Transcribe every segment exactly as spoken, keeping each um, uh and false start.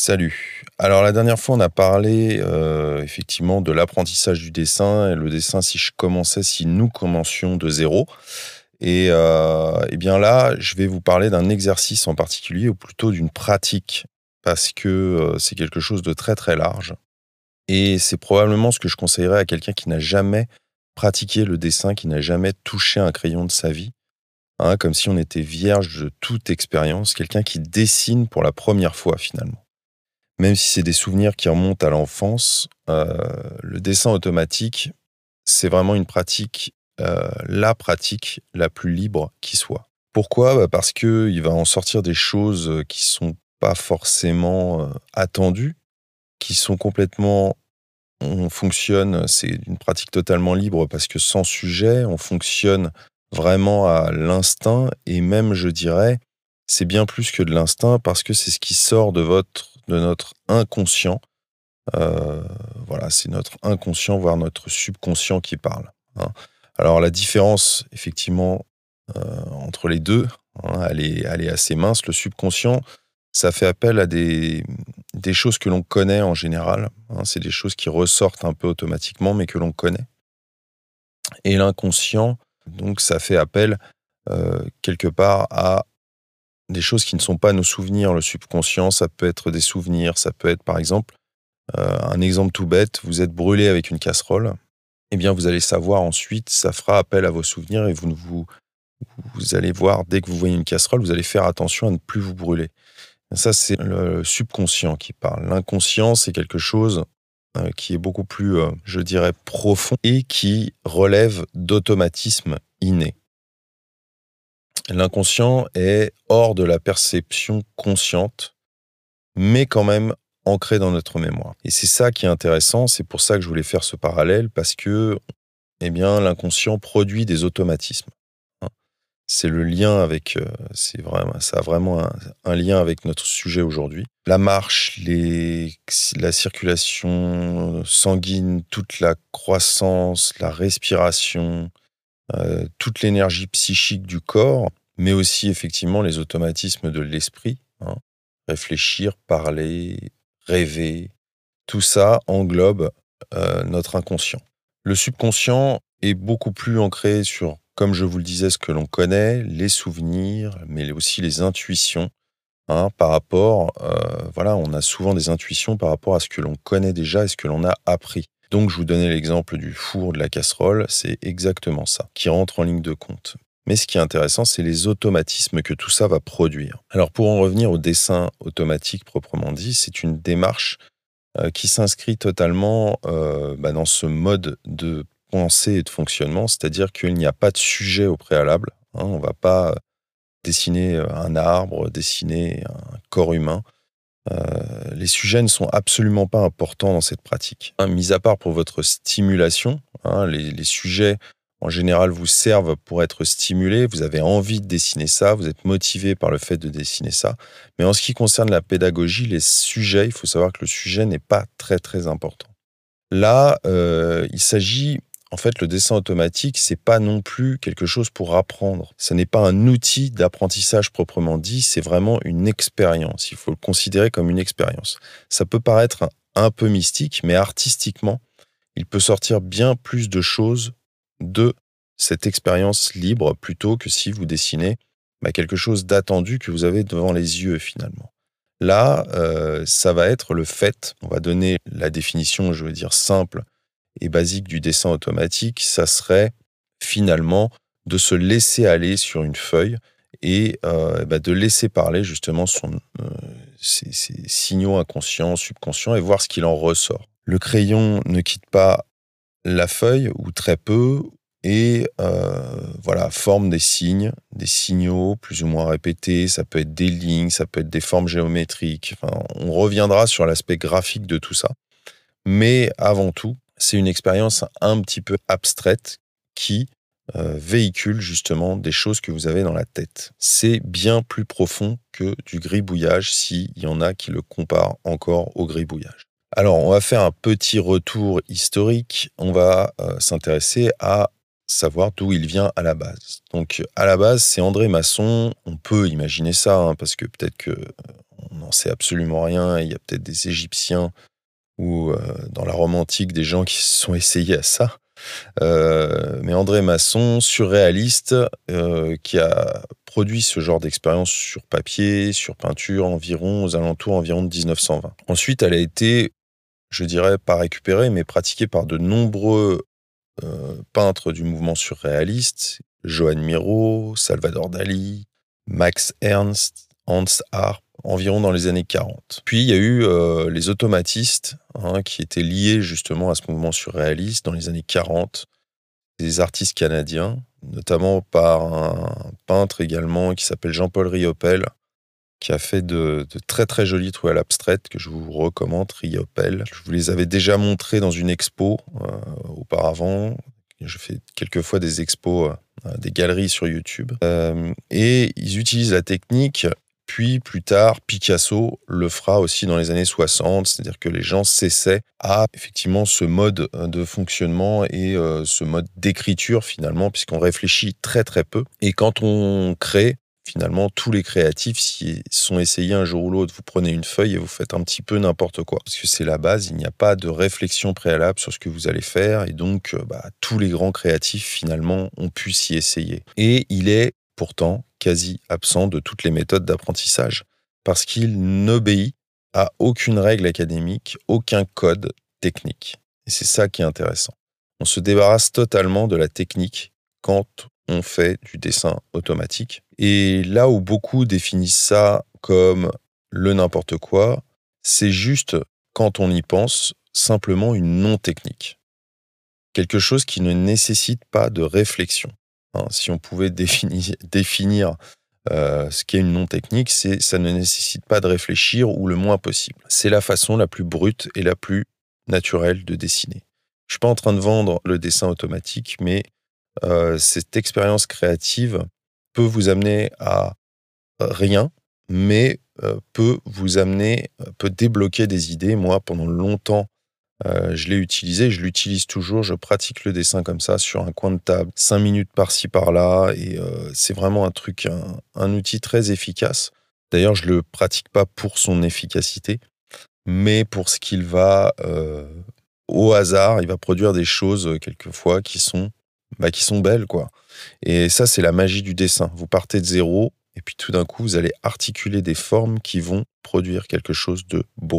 Salut. Alors la dernière fois, on a parlé euh, effectivement de l'apprentissage du dessin et le dessin si je commençais, si nous commencions de zéro. Et, euh, et bien là, je vais vous parler d'un exercice en particulier ou plutôt d'une pratique parce que euh, c'est quelque chose de très très large. Et c'est probablement ce que je conseillerais à quelqu'un qui n'a jamais pratiqué le dessin, qui n'a jamais touché un crayon de sa vie, hein, comme si on était vierge de toute expérience, quelqu'un qui dessine pour la première fois finalement. Même si c'est des souvenirs qui remontent à l'enfance, heu, le dessin automatique, c'est vraiment une pratique, heu, la pratique la plus libre qui soit. Pourquoi? Bah, parce qu'il va en sortir des choses, heu, qui sont pas forcément, heu, attendues, qui sont complètement on fonctionne c'est une pratique totalement libre parce que sans sujet, on fonctionne vraiment à l'instinct et même je dirais, c'est bien plus que de l'instinct parce que c'est ce qui sort de votre de notre inconscient. Heu, voilà, c'est notre inconscient, voire notre subconscient qui parle, hein. Alors la différence effectivement, heu, entre les deux, hein, elle est elle est assez mince. Le subconscient, ça fait appel à des des choses que l'on connaît en général, hein. C'est des choses qui ressortent un peu automatiquement, mais que l'on connaît et l'inconscient, donc ça fait appel, heu, quelque part à des choses qui ne sont pas nos souvenirs. Le subconscient, ça peut être des souvenirs, ça peut être par exemple, heu, un exemple tout bête, vous êtes brûlé avec une casserole, eh bien vous allez savoir ensuite, ça fera appel à vos souvenirs et vous ne vous vous allez voir dès que vous voyez une casserole, vous allez faire attention à ne plus vous brûler. Ça, c'est le subconscient qui parle. L'inconscient, c'est quelque chose, heu, qui est beaucoup plus, heu, je dirais profond et qui relève d'automatismes innés. L'inconscient est hors de la perception consciente, mais quand même ancré dans notre mémoire et c'est ça qui est intéressant, c'est pour ça que je voulais faire ce parallèle parce que, eh bien, l'inconscient produit des automatismes, hein. C'est le lien avec, heu, c'est vraiment ça a vraiment un un lien avec notre sujet aujourd'hui. La marche, les la circulation sanguine, toute la croissance, la respiration, heu, toute l'énergie psychique du corps, mais aussi effectivement les automatismes de l'esprit, hein. Réfléchir, parler, rêver, tout ça englobe, heu, notre inconscient. Le subconscient est beaucoup plus ancré sur, comme je vous le disais, ce que l'on connaît, les souvenirs, mais aussi les intuitions, hein, par rapport, heu, voilà, on a souvent des intuitions par rapport à ce que l'on connaît déjà et ce que l'on a appris. Donc je vous donnais l'exemple du four, de la casserole, c'est exactement ça, qui rentre en ligne de compte. Mais ce qui est intéressant, c'est les automatismes que tout ça va produire. Alors pour en revenir au dessin automatique proprement dit, c'est une démarche heu, qui s'inscrit totalement, heu, bah, dans ce mode de pensée et de fonctionnement. C'est-à-dire qu'il n'y a pas de sujet au préalable, hein. On va pas dessiner, heu, un arbre, dessiner un corps humain. Heu, les sujets ne sont absolument pas importants dans cette pratique, hein, mis à part pour votre stimulation, hein. Les les sujets, en général, vous servent pour être stimulés. Vous avez envie de dessiner ça, vous êtes motivé par le fait de dessiner ça. Mais en ce qui concerne la pédagogie, les sujets, il faut savoir que le sujet n'est pas très, très important. Là, heu, il s'agit en fait, le dessin automatique, c'est pas non plus quelque chose pour apprendre. Ce n'est pas un outil d'apprentissage proprement dit, c'est vraiment une expérience. Il faut le considérer comme une expérience. Ça peut paraître un un peu mystique, mais artistiquement, il peut sortir bien plus de choses de cette expérience libre plutôt que si vous dessinez, bah, quelque chose d'attendu que vous avez devant les yeux finalement. Là, heu, ça va être le fait, on va donner la définition, je veux dire simple et basique du dessin automatique, ça serait finalement de se laisser aller sur une feuille et heu, bah, de laisser parler justement son, heu, ses ses signaux inconscients, subconscients et voir ce qu'il en ressort. Le crayon ne quitte pas la feuille ou très peu et heu, voilà, forme des signes, des signaux plus ou moins répétés. Ça peut être des lignes, ça peut être des formes géométriques. Enfin, on reviendra sur l'aspect graphique de tout ça. Mais avant tout, c'est une expérience un petit peu abstraite qui, heu, véhicule justement des choses que vous avez dans la tête. C'est bien plus profond que du gribouillage, s'il y en a qui le comparent encore au gribouillage. Alors, on va faire un petit retour historique. On va, heu, s'intéresser à savoir d'où il vient à la base. Donc, à la base, c'est André Masson. On peut imaginer ça, hein, parce que peut-être que, heu, on n'en sait absolument rien. Il y a peut-être des Égyptiens ou euh, dans la Rome antique, des gens qui se sont essayés à ça. Euh, mais André Masson, surréaliste, euh, qui a produit ce genre d'expérience sur papier, sur peinture, environ aux alentours environ de dix-neuf cent vingt. Ensuite, elle a été, je dirais, pas récupérée, mais pratiquée par de nombreux euh, peintres du mouvement surréaliste, Joan Miró, Salvador Dali, Max Ernst, Hans Arp, environ dans les années quarante. Puis il y a eu euh, les automatistes, hein, qui étaient liés justement à ce mouvement surréaliste dans les années quarante, des artistes canadiens, notamment par un peintre également qui s'appelle Jean-Paul Riopel, qui a fait de, de très très jolies toiles abstraites que je vous recommande, Riopel. Je vous les avais déjà montrées dans une expo euh, auparavant. Je fais quelquefois des expos, euh, des galeries sur YouTube. Euh, et ils utilisent la technique. Puis plus tard, Picasso le fera aussi dans les années soixante, c'est-à-dire que les gens s'essaient à effectivement ce mode de fonctionnement et euh, ce mode d'écriture finalement, puisqu'on réfléchit très très peu. Et quand on crée, finalement, tous les créatifs s'y sont essayés un jour ou l'autre. Vous prenez une feuille et vous faites un petit peu n'importe quoi, parce que c'est la base, il n'y a pas de réflexion préalable sur ce que vous allez faire, et donc bah, tous les grands créatifs finalement ont pu s'y essayer. Et il est pourtant quasi absent de toutes les méthodes d'apprentissage, parce qu'il n'obéit à aucune règle académique, aucun code technique. Et c'est ça qui est intéressant. On se débarrasse totalement de la technique quand on fait du dessin automatique. Et là où beaucoup définissent ça comme le n'importe quoi, c'est juste, quand on y pense, simplement une non-technique. Quelque chose qui ne nécessite pas de réflexion. Hein, si on pouvait définir, définir euh, ce qu'est une non-technique, c'est ça ne nécessite pas de réfléchir ou le moins possible. C'est la façon la plus brute et la plus naturelle de dessiner. Je ne suis pas en train de vendre le dessin automatique, mais euh, cette expérience créative peut vous amener à rien, mais euh, peut vous amener, peut débloquer des idées. Moi, pendant longtemps, Euh, je l'ai utilisé, je l'utilise toujours, je pratique le dessin comme ça, sur un coin de table, cinq minutes par-ci par-là, et euh, c'est vraiment un truc, un, un outil très efficace. D'ailleurs, je le pratique pas pour son efficacité, mais pour ce qu'il va, euh, au hasard, il va produire des choses, euh, quelquefois, qui sont, bah, qui sont belles, quoi. Et ça, c'est la magie du dessin. Vous partez de zéro, et puis tout d'un coup, vous allez articuler des formes qui vont produire quelque chose de beau,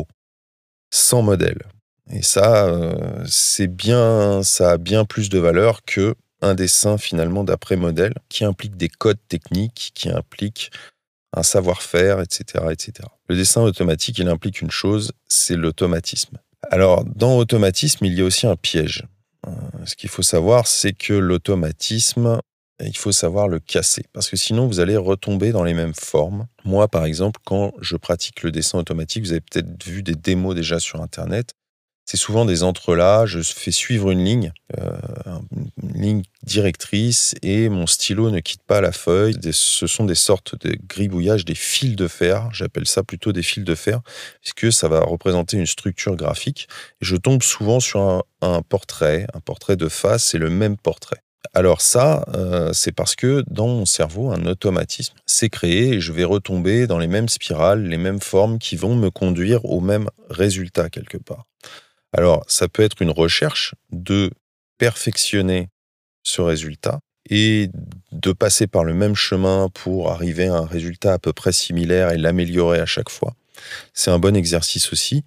sans modèle. Et ça, euh, c'est bien, ça a bien plus de valeur que un dessin finalement d'après modèle, qui implique des codes techniques, qui implique un savoir-faire, et cetera, et cetera. Le dessin automatique, il implique une chose, c'est l'automatisme. Alors, dans automatisme, il y a aussi un piège. Euh, ce qu'il faut savoir, c'est que l'automatisme, il faut savoir le casser, parce que sinon, vous allez retomber dans les mêmes formes. Moi, par exemple, quand je pratique le dessin automatique, vous avez peut-être vu des démos déjà sur Internet. C'est souvent des entrelacs, je fais suivre une ligne, euh, une ligne directrice, et mon stylo ne quitte pas la feuille. Ce sont des sortes de gribouillages, des fils de fer, j'appelle ça plutôt des fils de fer, puisque ça va représenter une structure graphique. Et je tombe souvent sur un, un portrait, un portrait de face, c'est le même portrait. Alors ça, euh, c'est parce que dans mon cerveau, un automatisme s'est créé et je vais retomber dans les mêmes spirales, les mêmes formes qui vont me conduire au même résultat quelque part. Alors, ça peut être une recherche de perfectionner ce résultat et de passer par le même chemin pour arriver à un résultat à peu près similaire et l'améliorer à chaque fois. C'est un bon exercice aussi,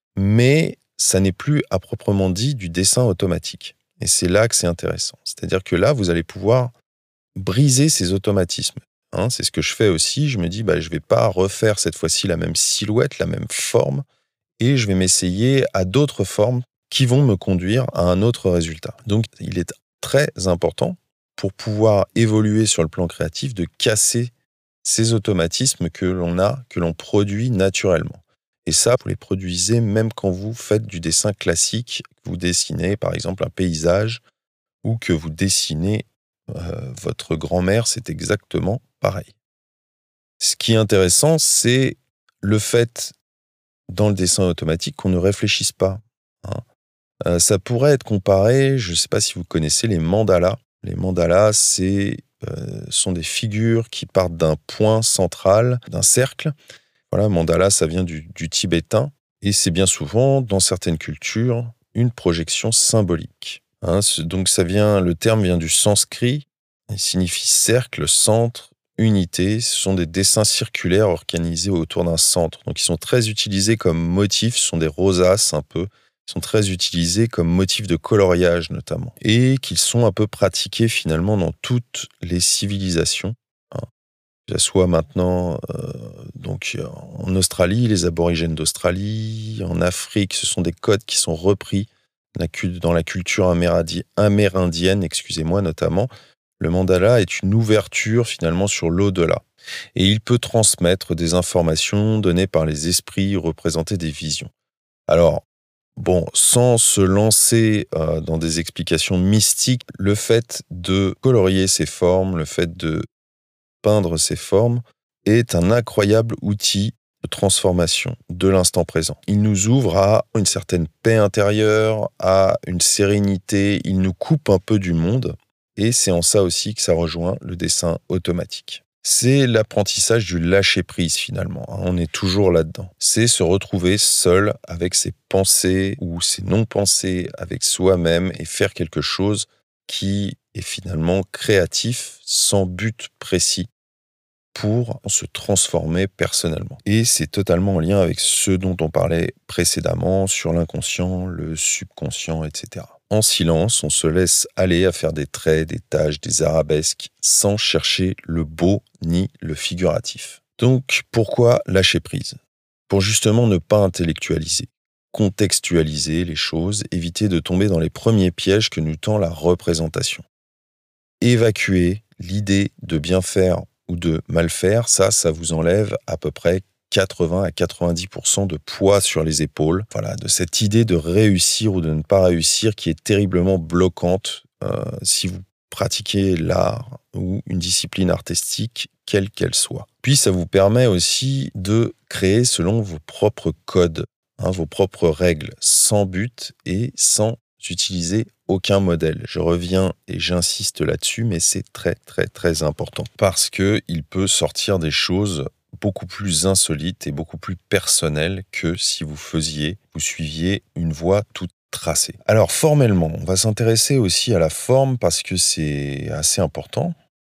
mais ça n'est plus à proprement dit du dessin automatique. Et c'est là que c'est intéressant. C'est-à-dire que là, vous allez pouvoir briser ces automatismes. Hein, c'est ce que je fais aussi. Je me dis, bah, je ne vais pas refaire cette fois-ci la même silhouette, la même forme, et je vais m'essayer à d'autres formes qui vont me conduire à un autre résultat. Donc, il est très important, pour pouvoir évoluer sur le plan créatif, de casser ces automatismes que l'on a, que l'on produit naturellement. Et ça, vous les produisez même quand vous faites du dessin classique, que vous dessinez par exemple un paysage, ou que vous dessinez euh, votre grand-mère, c'est exactement pareil. Ce qui est intéressant, c'est le fait, dans le dessin automatique, qu'on ne réfléchisse pas. Hein. Euh, ça pourrait être comparé, je ne sais pas si vous connaissez les mandalas. Les mandalas, c'est, euh, sont des figures qui partent d'un point central, d'un cercle, Voilà, mandala, ça vient du, du tibétain, et c'est bien souvent, dans certaines cultures, une projection symbolique. Hein, ce- donc ça vient, le terme vient du sanskrit, il signifie cercle, centre, unité. Ce sont des dessins circulaires organisés autour d'un centre. Donc ils sont très utilisés comme motifs, ce sont des rosaces un peu, ils sont très utilisés comme motifs de coloriage notamment, et qu'ils sont un peu pratiqués finalement dans toutes les civilisations. Hein. Que ce soit maintenant euh, donc en Australie, les aborigènes d'Australie, en Afrique, ce sont des codes qui sont repris la cul- dans la culture amérindi- amérindienne, excusez-moi notamment. Le mandala est une ouverture finalement sur l'au-delà. Et il peut transmettre des informations données par les esprits, représenter des visions. Alors, bon, sans se lancer euh, dans des explications mystiques, le fait de colorier ces formes, le fait de peindre ces formes est un incroyable outil de transformation de l'instant présent. Il nous ouvre à une certaine paix intérieure, à une sérénité, il nous coupe un peu du monde, et c'est en ça aussi que ça rejoint le dessin automatique. C'est l'apprentissage du lâcher-prise finalement, hein, on est toujours là-dedans. C'est se retrouver seul avec ses pensées ou ses non-pensées, avec soi-même, et faire quelque chose qui est finalement créatif, sans but précis, pour se transformer personnellement. Et c'est totalement en lien avec ce dont on parlait précédemment sur l'inconscient, le subconscient, et cetera. En silence, on se laisse aller à faire des traits, des taches, des arabesques, sans chercher le beau ni le figuratif. Donc, pourquoi lâcher prise ? Pour justement ne pas intellectualiser, contextualiser les choses, éviter de tomber dans les premiers pièges que nous tend la représentation. Évacuer l'idée de bien faire ou de mal faire, ça, ça vous enlève à peu près quatre-vingts à quatre-vingt-dix pour cent de poids sur les épaules. Voilà, de cette idée de réussir ou de ne pas réussir qui est terriblement bloquante euh, si vous pratiquez l'art ou une discipline artistique, quelle qu'elle soit. Puis ça vous permet aussi de créer selon vos propres codes, hein, vos propres règles, sans but et sans utiliser aucun modèle. Je reviens et j'insiste là-dessus, mais c'est très très très important parce que il peut sortir des choses beaucoup plus insolites et beaucoup plus personnelles que si vous faisiez, vous suiviez une voie toute tracée. Alors formellement, on va s'intéresser aussi à la forme parce que c'est assez important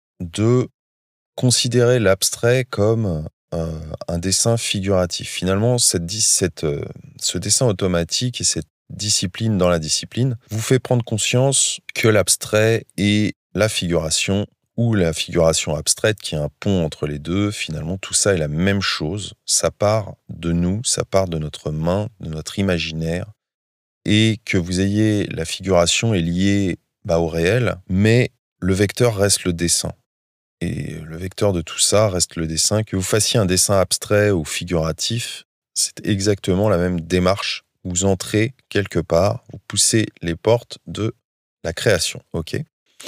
de considérer l'abstrait comme euh, un dessin figuratif. Finalement, cette, cette, euh, ce dessin automatique et cette discipline dans la discipline vous fait prendre conscience que l'abstrait et la figuration, ou la figuration abstraite qui est un pont entre les deux, finalement tout ça est la même chose. Ça part de nous, ça part de notre main, de notre imaginaire, et que vous ayez la figuration est liée bah, au réel, mais le vecteur reste le dessin. Et le vecteur de tout ça reste le dessin. Que vous fassiez un dessin abstrait ou figuratif, c'est exactement la même démarche. Vous entrez quelque part, vous poussez les portes de la création. Ok ?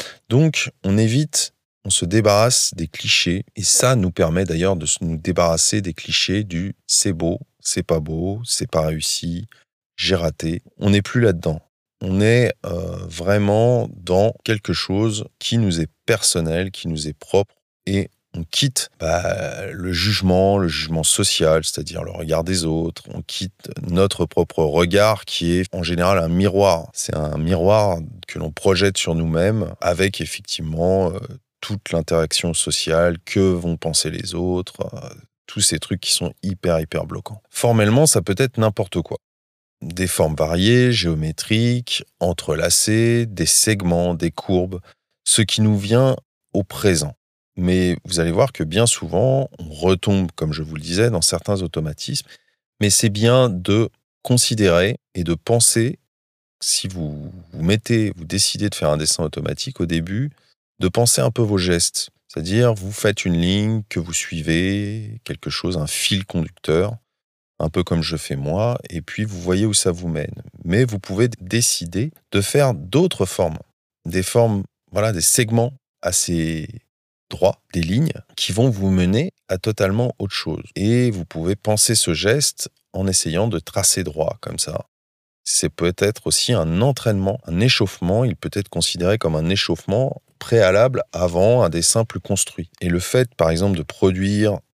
Donc, on évite, on se débarrasse des clichés. Et ça nous permet d'ailleurs de nous débarrasser des clichés du « c'est beau, c'est pas beau, c'est pas réussi, j'ai raté ». On n'est plus là-dedans. On est euh, vraiment dans quelque chose qui nous est personnel, qui nous est propre, et on quitte bah, le jugement, le jugement social, c'est-à-dire le regard des autres. On quitte notre propre regard qui est en général un miroir. C'est un miroir que l'on projette sur nous-mêmes avec effectivement euh, toute l'interaction sociale, que vont penser les autres, euh, tous ces trucs qui sont hyper, hyper bloquants. Formellement, ça peut être n'importe quoi. Des formes variées, géométriques, entrelacées, des segments, des courbes, ce qui nous vient au présent. Mais vous allez voir que bien souvent, on retombe, comme je vous le disais, dans certains automatismes. Mais c'est bien de considérer et de penser, si vous vous mettez, vous décidez de faire un dessin automatique au début, de penser un peu vos gestes. C'est-à-dire, vous faites une ligne que vous suivez, quelque chose, un fil conducteur, un peu comme je fais moi, et puis vous voyez où ça vous mène. Mais vous pouvez décider de faire d'autres formes, des formes, voilà, des segments assez droits, des lignes qui vont vous mener à totalement autre chose. Et vous pouvez penser ce geste en essayant de tracer droit, comme ça. C'est peut-être aussi un entraînement, un échauffement, il peut être considéré comme un échauffement préalable avant un dessin plus construit. Et le fait, par exemple, de produire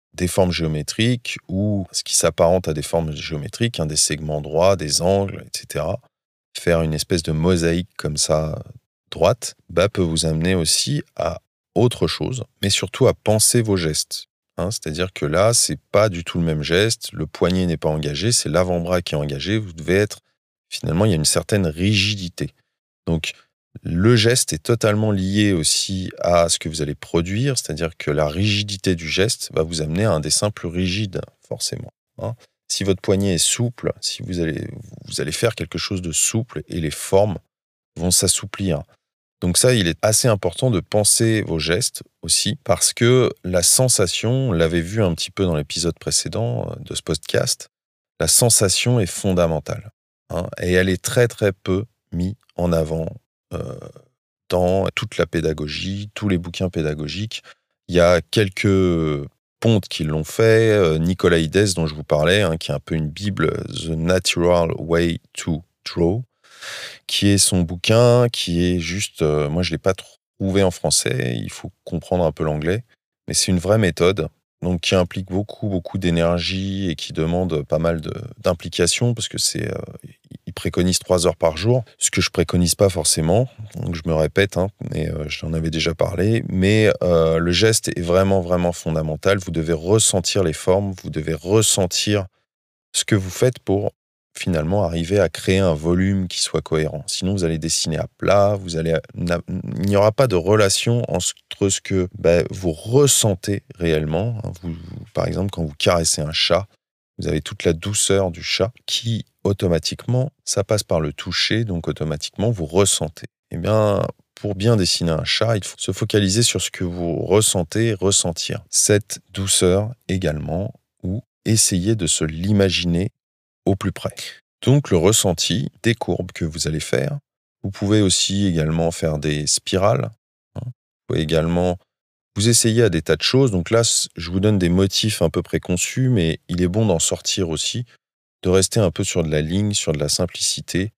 des formes géométriques ou ce qui s'apparente à des formes géométriques, hein, des segments droits, des angles, et cetera. Faire une espèce de mosaïque comme ça, droite, bah, peut vous amener aussi à autre chose, mais surtout à penser vos gestes. Hein, c'est-à-dire que là, c'est pas du tout le même geste, le poignet n'est pas engagé, c'est l'avant-bras qui est engagé, vous devez être... Finalement, il y a une certaine rigidité. Donc, le geste est totalement lié aussi à ce que vous allez produire, c'est-à-dire que la rigidité du geste va vous amener à un dessin plus rigide, forcément. Hein. Si votre poignet est souple, si vous allez, vous allez faire quelque chose de souple et les formes vont s'assouplir. Donc ça, il est assez important de penser vos gestes aussi, parce que la sensation, on l'avait vu un petit peu dans l'épisode précédent de ce podcast, la sensation est fondamentale. Hein, et elle est très très peu mise en avant euh, dans toute la pédagogie, tous les bouquins pédagogiques. Il y a quelques pontes qui l'ont fait, euh, Nicolas Ides dont je vous parlais, hein, qui est un peu une bible, The Natural Way to Draw, qui est son bouquin, qui est juste... Euh, moi, je ne l'ai pas trouvé en français, il faut comprendre un peu l'anglais, mais c'est une vraie méthode, donc qui implique beaucoup, beaucoup d'énergie et qui demande pas mal de, d'implication, parce que c'est... Euh, il préconise trois heures par jour, ce que je préconise pas forcément, donc je me répète, hein, mais euh, j'en avais déjà parlé, mais euh, le geste est vraiment, vraiment fondamental. Vous devez ressentir les formes, vous devez ressentir ce que vous faites pour finalement arriver à créer un volume qui soit cohérent. Sinon, vous allez dessiner à plat, vous allez, il n'y aura pas de relation entre ce que bah, vous ressentez réellement. Vous, par exemple, quand vous caressez un chat, vous avez toute la douceur du chat qui, automatiquement, ça passe par le toucher, donc automatiquement, vous ressentez. Eh bien, pour bien dessiner un chat, il faut se focaliser sur ce que vous ressentez, ressentir. Cette douceur également, ou essayer de se l'imaginer au plus près. Donc, le ressenti des courbes que vous allez faire. Vous pouvez aussi également faire des spirales. Hein. Vous pouvez également vous essayer à des tas de choses. Donc là, je vous donne des motifs un peu préconçus, mais il est bon d'en sortir aussi, de rester un peu sur de la ligne, sur de la simplicité,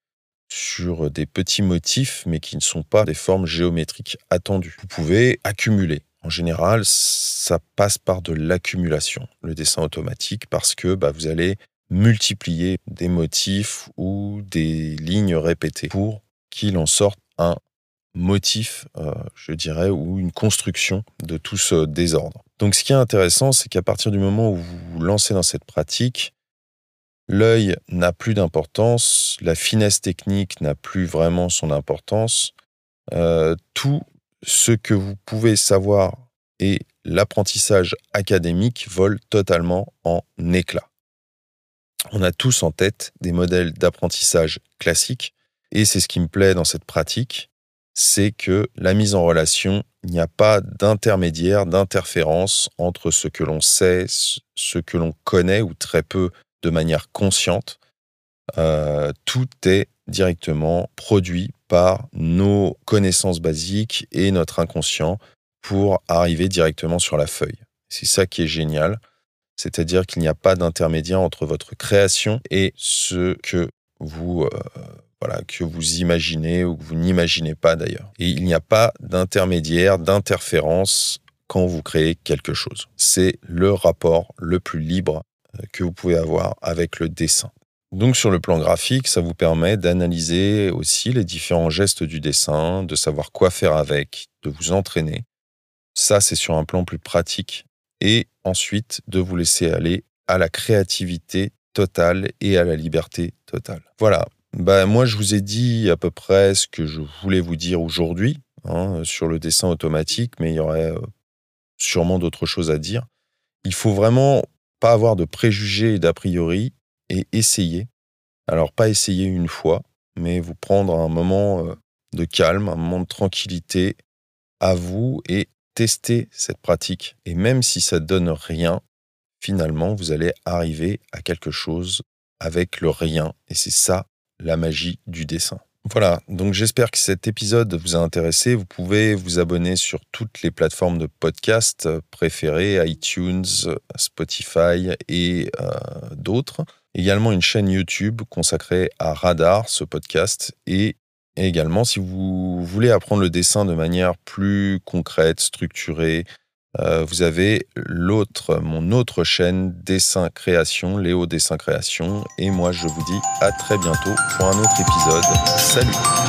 sur des petits motifs, mais qui ne sont pas des formes géométriques attendues. Vous pouvez accumuler. En général, ça passe par de l'accumulation, le dessin automatique, parce que bah, vous allez multiplier des motifs ou des lignes répétées pour qu'il en sorte un motif, euh, je dirais, ou une construction de tout ce désordre. Donc ce qui est intéressant, c'est qu'à partir du moment où vous vous lancez dans cette pratique, l'œil n'a plus d'importance, la finesse technique n'a plus vraiment son importance. Euh, tout ce que vous pouvez savoir et l'apprentissage académique volent totalement en éclats. On a tous en tête des modèles d'apprentissage classiques, et c'est ce qui me plaît dans cette pratique, c'est que la mise en relation, il n'y a pas d'intermédiaire, d'interférence entre ce que l'on sait, ce que l'on connaît, ou très peu de manière consciente. Euh, tout est directement produit par nos connaissances basiques et notre inconscient pour arriver directement sur la feuille. C'est ça qui est génial. C'est-à-dire qu'il n'y a pas d'intermédiaire entre votre création et ce que vous, euh, voilà, que vous imaginez ou que vous n'imaginez pas d'ailleurs. Et il n'y a pas d'intermédiaire, d'interférence quand vous créez quelque chose. C'est le rapport le plus libre que vous pouvez avoir avec le dessin. Donc sur le plan graphique, ça vous permet d'analyser aussi les différents gestes du dessin, de savoir quoi faire avec, de vous entraîner. Ça, c'est sur un plan plus pratique. Et ensuite, de vous laisser aller à la créativité totale et à la liberté totale. Voilà. Bah, moi, je vous ai dit à peu près ce que je voulais vous dire aujourd'hui, hein, sur le dessin automatique, mais il y aurait sûrement d'autres choses à dire. Il faut vraiment pas avoir de préjugés et d'a priori et essayer. Alors, pas essayer une fois, mais vous prendre un moment de calme, un moment de tranquillité à vous et tester cette pratique. Et même si ça ne donne rien, finalement, vous allez arriver à quelque chose avec le rien. Et c'est ça, la magie du dessin. Voilà, donc j'espère que cet épisode vous a intéressé. Vous pouvez vous abonner sur toutes les plateformes de podcast préférées, iTunes, Spotify et euh, d'autres. Également une chaîne YouTube consacrée à Radar, ce podcast, et Et également, si vous voulez apprendre le dessin de manière plus concrète, structurée, Euh, vous avez l'autre, mon autre chaîne Dessin Création, Léo Dessin Création. Et moi, je vous dis à très bientôt pour un autre épisode. Salut!